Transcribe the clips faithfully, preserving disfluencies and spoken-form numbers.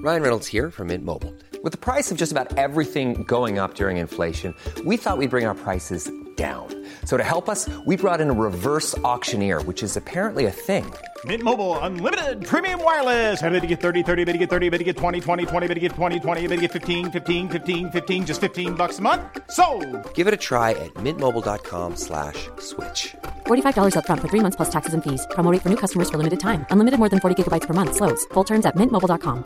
Ryan Reynolds here from Mint Mobile. With the price of just about everything going up during inflation, we thought we'd bring our prices down. So to help us, we brought in a reverse auctioneer, which is apparently a thing. Mint Mobile Unlimited Premium Wireless. How to get thirty, thirty, how to get thirty, how to get twenty, twenty, twenty, how to get twenty, twenty, how to get fifteen, fifteen, fifteen, fifteen, just fifteen bucks a month? Sold! Give it a try at mintmobile.com slash switch. forty-five dollars up front for three months plus taxes and fees. Promo rate for new customers for limited time. Unlimited more than forty gigabytes per month. Slows full terms at mint mobile dot com.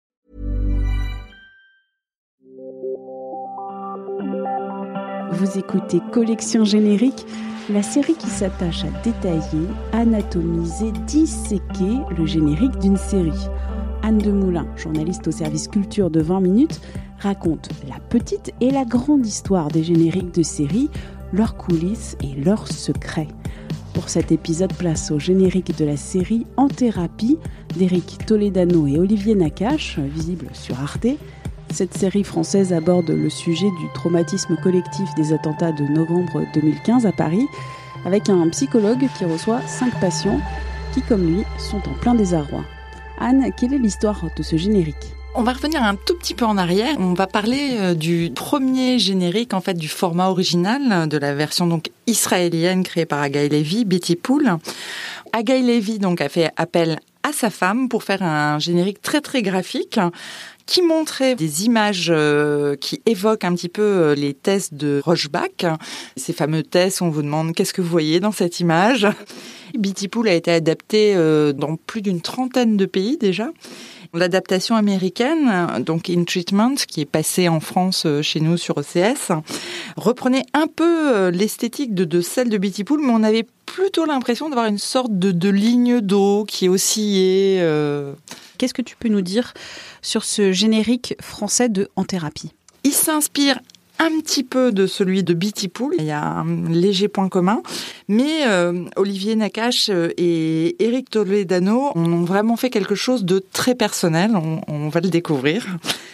Vous écoutez Collection Générique, la série qui s'attache à détailler, anatomiser, disséquer le générique d'une série. Anne Demoulin, journaliste au service culture de vingt minutes, raconte la petite et la grande histoire des génériques de séries, leurs coulisses et leurs secrets. Pour cet épisode, place au générique de la série En thérapie d'Éric Toledano et Olivier Nakache, visible sur Arte. Cette série française aborde le sujet du traumatisme collectif des attentats de novembre deux mille quinze à Paris, avec un psychologue qui reçoit cinq patients qui, comme lui, sont en plein désarroi. Anne, quelle est l'histoire de ce générique ? On va revenir un tout petit peu en arrière. On va parler du premier générique, en fait, du format original, de la version donc israélienne créée par Haggai Levy, Betty Pool. Haggai Levy donc a fait appel à sa femme pour faire un générique très très graphique qui montrait des images euh, qui évoquent un petit peu euh, les tests de Rorschach. Ces fameux tests où on vous demande qu'est-ce que vous voyez dans cette image. Betty Pool a été adapté euh, dans plus d'une trentaine de pays déjà. L'adaptation américaine, donc In Treatment, qui est passée en France chez nous sur O C S, reprenait un peu l'esthétique de, de celle de Betty Pool, mais on avait plutôt l'impression d'avoir une sorte de, de ligne d'eau qui oscillait. Euh... Qu'est-ce que tu peux nous dire sur ce générique français de En thérapie ? Il s'inspire un petit peu de celui de Betty Pool. Il y a un léger point commun. Mais euh, Olivier Nakache et Éric Toledano ont vraiment fait quelque chose de très personnel. On, on va le découvrir.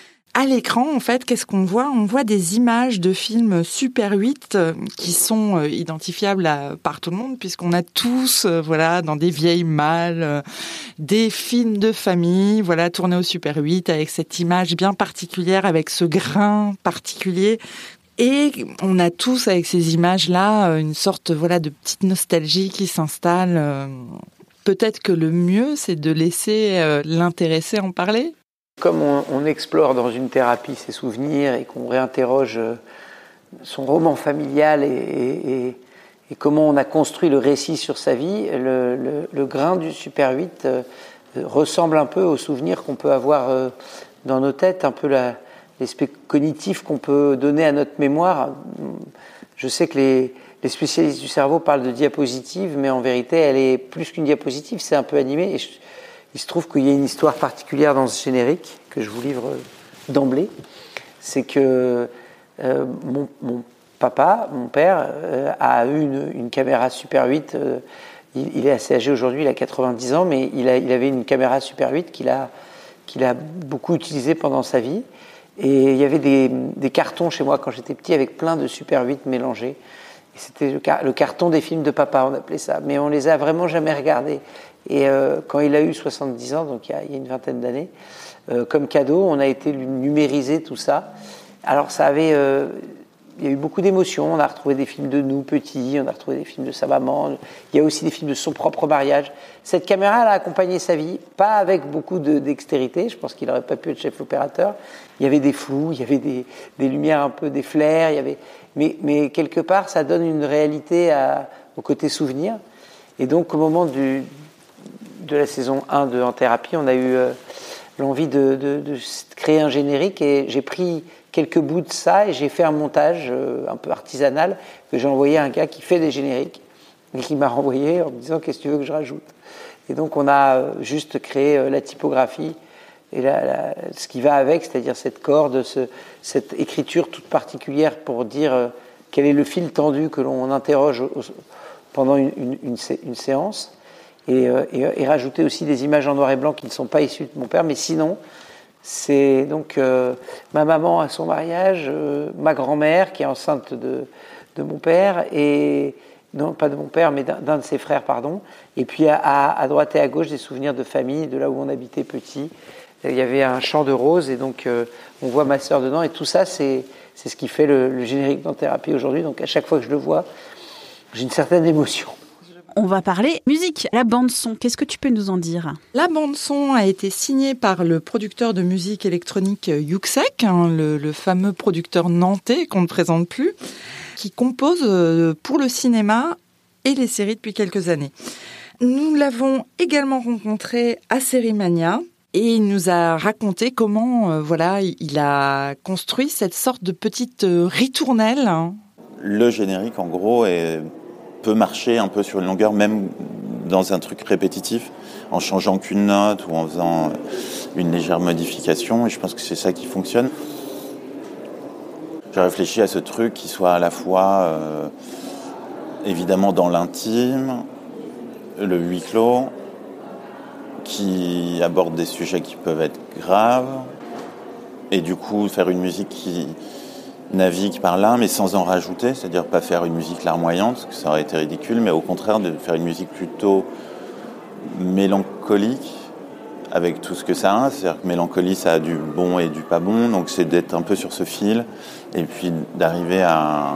À l'écran, en fait, qu'est-ce qu'on voit ? On voit des images de films Super huit qui sont identifiables à, par tout le monde, puisqu'on a tous, euh, voilà, dans des vieilles malles, euh, des films de famille, voilà, tournés au Super huit avec cette image bien particulière, avec ce grain particulier. Et on a tous, avec ces images-là, une sorte, voilà, de petite nostalgie qui s'installe. Peut-être que le mieux, c'est de laisser euh, l'intéressé en parler. Comme on, on explore dans une thérapie ses souvenirs et qu'on réinterroge son roman familial et, et, et, et comment on a construit le récit sur sa vie, le, le, le grain du Super huit euh, ressemble un peu aux souvenirs qu'on peut avoir euh, dans nos têtes, un peu la, l'aspect cognitif qu'on peut donner à notre mémoire. Je sais que les, les spécialistes du cerveau parlent de diapositive, mais en vérité, elle est plus qu'une diapositive, c'est un peu animé. Et je, Il se trouve qu'il y a une histoire particulière dans ce générique que je vous livre d'emblée. C'est que euh, mon, mon papa, mon père, euh, a eu une, une caméra Super huit. Euh, il, il est assez âgé aujourd'hui, il a quatre-vingt-dix ans, mais il, a, il avait une caméra Super huit qu'il a, qu'il a beaucoup utilisée pendant sa vie. Et il y avait des, des cartons chez moi quand j'étais petit avec plein de Super huit mélangés. Et c'était le, car, le carton des films de papa, on appelait ça. Mais on les a vraiment jamais regardés. Et euh, quand il a eu soixante-dix ans, donc il y a, il y a une vingtaine d'années, euh, comme cadeau, on a été lui numériser tout ça. Alors ça avait, euh, il y a eu beaucoup d'émotions. On a retrouvé des films de nous petits, on a retrouvé des films de sa maman. Il y a aussi des films de son propre mariage. Cette caméra, elle a accompagné sa vie, pas avec beaucoup de dextérité. Je pense qu'il n'aurait pas pu être chef opérateur. Il y avait des flous, il y avait des, des lumières un peu, des flares. Il y avait, mais, mais quelque part, ça donne une réalité à, au côté souvenir. Et donc, au moment du de la saison un de En thérapie, on a eu euh, l'envie de, de, de créer un générique et j'ai pris quelques bouts de ça et j'ai fait un montage euh, un peu artisanal que j'ai envoyé à un gars qui fait des génériques et qui m'a renvoyé en me disant « Qu'est-ce que tu veux que je rajoute ?» Et donc on a euh, juste créé euh, la typographie et la, la, ce qui va avec, c'est-à-dire cette corde, ce, cette écriture toute particulière pour dire euh, quel est le fil tendu que l'on interroge au, pendant une, une, une, une séance. Et, et, et rajouter aussi des images en noir et blanc qui ne sont pas issues de mon père, mais sinon, c'est donc euh, ma maman à son mariage, euh, ma grand-mère qui est enceinte de, de mon père, et non pas de mon père, mais d'un, d'un de ses frères, pardon, et puis à, à droite et à gauche des souvenirs de famille, de là où on habitait petit, Il y avait un champ de roses et donc euh, on voit ma sœur dedans. Et tout ça, c'est, c'est ce qui fait le, le générique d'En-Thérapie aujourd'hui. Donc à chaque fois que je le vois, j'ai une certaine émotion. On va parler musique, la bande-son. Qu'est-ce que tu peux nous en dire ? La bande-son a été signée par le producteur de musique électronique Yuxek, hein, le, le fameux producteur nantais qu'on ne présente plus, qui compose pour le cinéma et les séries depuis quelques années. Nous l'avons également rencontré à Sérimania et il nous a raconté comment euh, voilà, il a construit cette sorte de petite euh, ritournelle. Le générique, en gros, est... peut marcher un peu sur une longueur, même dans un truc répétitif, en changeant qu'une note ou en faisant une légère modification. Et je pense que c'est ça qui fonctionne. J'ai réfléchi à ce truc qui soit à la fois, euh, évidemment, dans l'intime, le huis clos, qui aborde des sujets qui peuvent être graves, et du coup faire une musique qui navigue par là, mais sans en rajouter, c'est-à-dire pas faire une musique larmoyante, parce que ça aurait été ridicule, mais au contraire de faire une musique plutôt mélancolique, avec tout ce que ça a, c'est-à-dire que mélancolie, ça a du bon et du pas bon, donc c'est d'être un peu sur ce fil, et puis d'arriver à...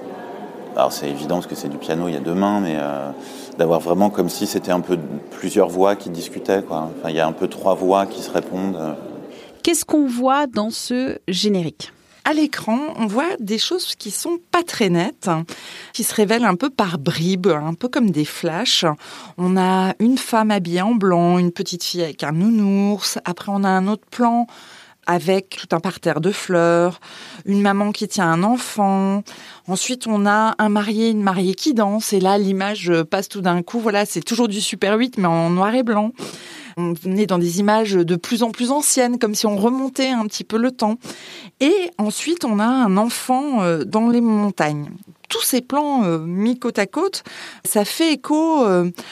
Alors c'est évident, parce que c'est du piano, il y a deux mains, mais euh, d'avoir vraiment comme si c'était un peu plusieurs voix qui discutaient, quoi. Enfin, il y a un peu trois voix qui se répondent. Qu'est-ce qu'on voit dans ce générique ? À l'écran, on voit des choses qui sont pas très nettes, qui se révèlent un peu par bribes, un peu comme des flashs. On a une femme habillée en blanc, une petite fille avec un nounours. Après, on a un autre plan avec tout un parterre de fleurs, une maman qui tient un enfant. Ensuite, on a un marié, une mariée qui danse. Et là, l'image passe tout d'un coup. Voilà, c'est toujours du Super huit, mais en noir et blanc. On est dans des images de plus en plus anciennes, comme si on remontait un petit peu le temps. Et ensuite, on a un enfant dans les montagnes. Tous ces plans mis côte à côte, ça fait écho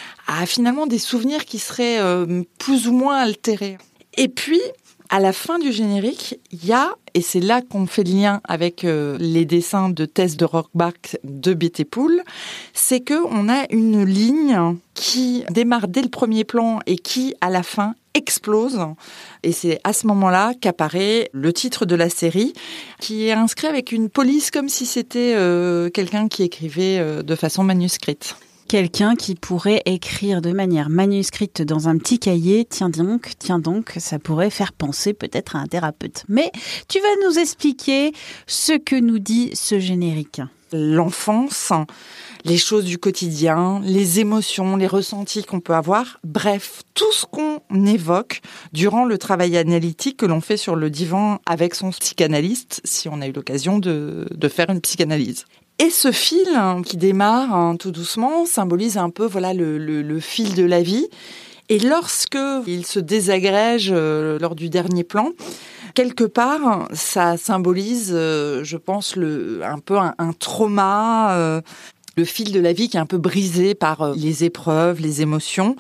à finalement des souvenirs qui seraient plus ou moins altérés. Et puis, à la fin du générique, il y a, et c'est là qu'on fait le lien avec euh, les dessins de Tess de Rockbach de Betty Pool, c'est qu'on a une ligne qui démarre dès le premier plan et qui, à la fin, explose. Et c'est à ce moment-là qu'apparaît le titre de la série, qui est inscrit avec une police comme si c'était euh, quelqu'un qui écrivait euh, de façon manuscrite. Quelqu'un qui pourrait écrire de manière manuscrite dans un petit cahier, tiens donc, tiens donc, ça pourrait faire penser peut-être à un thérapeute. Mais tu vas nous expliquer ce que nous dit ce générique. L'enfance, les choses du quotidien, les émotions, les ressentis qu'on peut avoir, bref, tout ce qu'on évoque durant le travail analytique que l'on fait sur le divan avec son psychanalyste, si on a eu l'occasion de, de faire une psychanalyse. Et ce fil hein, qui démarre hein, tout doucement symbolise un peu voilà le, le, le fil de la vie. Et lorsque il se désagrège euh, lors du dernier plan, quelque part, ça symbolise, euh, je pense, le, un peu un, un trauma, euh, le fil de la vie qui est un peu brisé par euh, les épreuves, les émotions.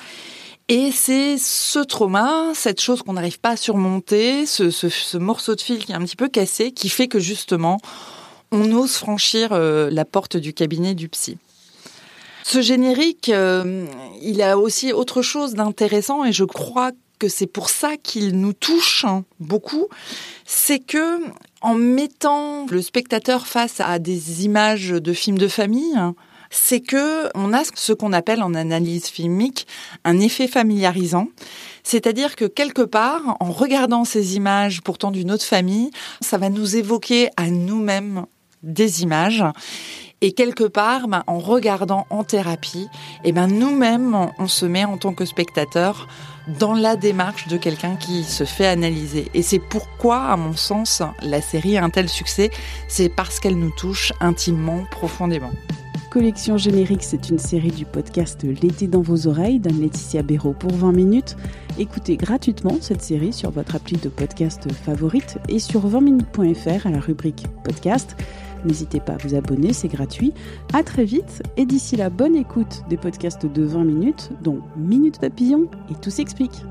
Et c'est ce trauma, cette chose qu'on n'arrive pas à surmonter, ce, ce, ce morceau de fil qui est un petit peu cassé, qui fait que justement, on ose franchir euh, la porte du cabinet du psy. Ce générique, euh, il a aussi autre chose d'intéressant et je crois que c'est pour ça qu'il nous touche hein, beaucoup. C'est que en mettant le spectateur face à des images de films de famille, c'est que on a ce qu'on appelle en analyse filmique un effet familiarisant. C'est-à-dire que quelque part, en regardant ces images pourtant d'une autre famille, ça va nous évoquer à nous-mêmes des images. Et quelque part, ben, en regardant en thérapie, eh ben, nous-mêmes, on se met en tant que spectateur dans la démarche de quelqu'un qui se fait analyser. Et c'est pourquoi, à mon sens, la série a un tel succès. C'est parce qu'elle nous touche intimement, profondément. Collection Générique, c'est une série du podcast L'été dans vos oreilles d'Anne-Laetitia Béraud pour vingt minutes. Écoutez gratuitement cette série sur votre appli de podcast favorite et sur vingt minutes point f r à la rubrique podcast. N'hésitez pas à vous abonner, c'est gratuit. À très vite et d'ici là, bonne écoute des podcasts de vingt minutes, dont Minute Papillon et Tout s'explique.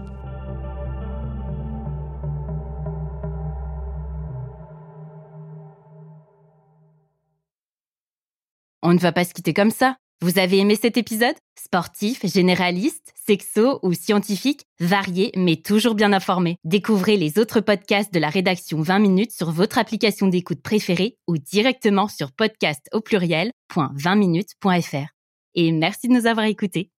On ne va pas se quitter comme ça. Vous avez aimé cet épisode ? Sportif, généraliste, sexo ou scientifique, varié mais toujours bien informé. Découvrez les autres podcasts de la rédaction vingt minutes sur votre application d'écoute préférée ou directement sur podcast au pluriel point vingt minutes point f r. Et merci de nous avoir écoutés.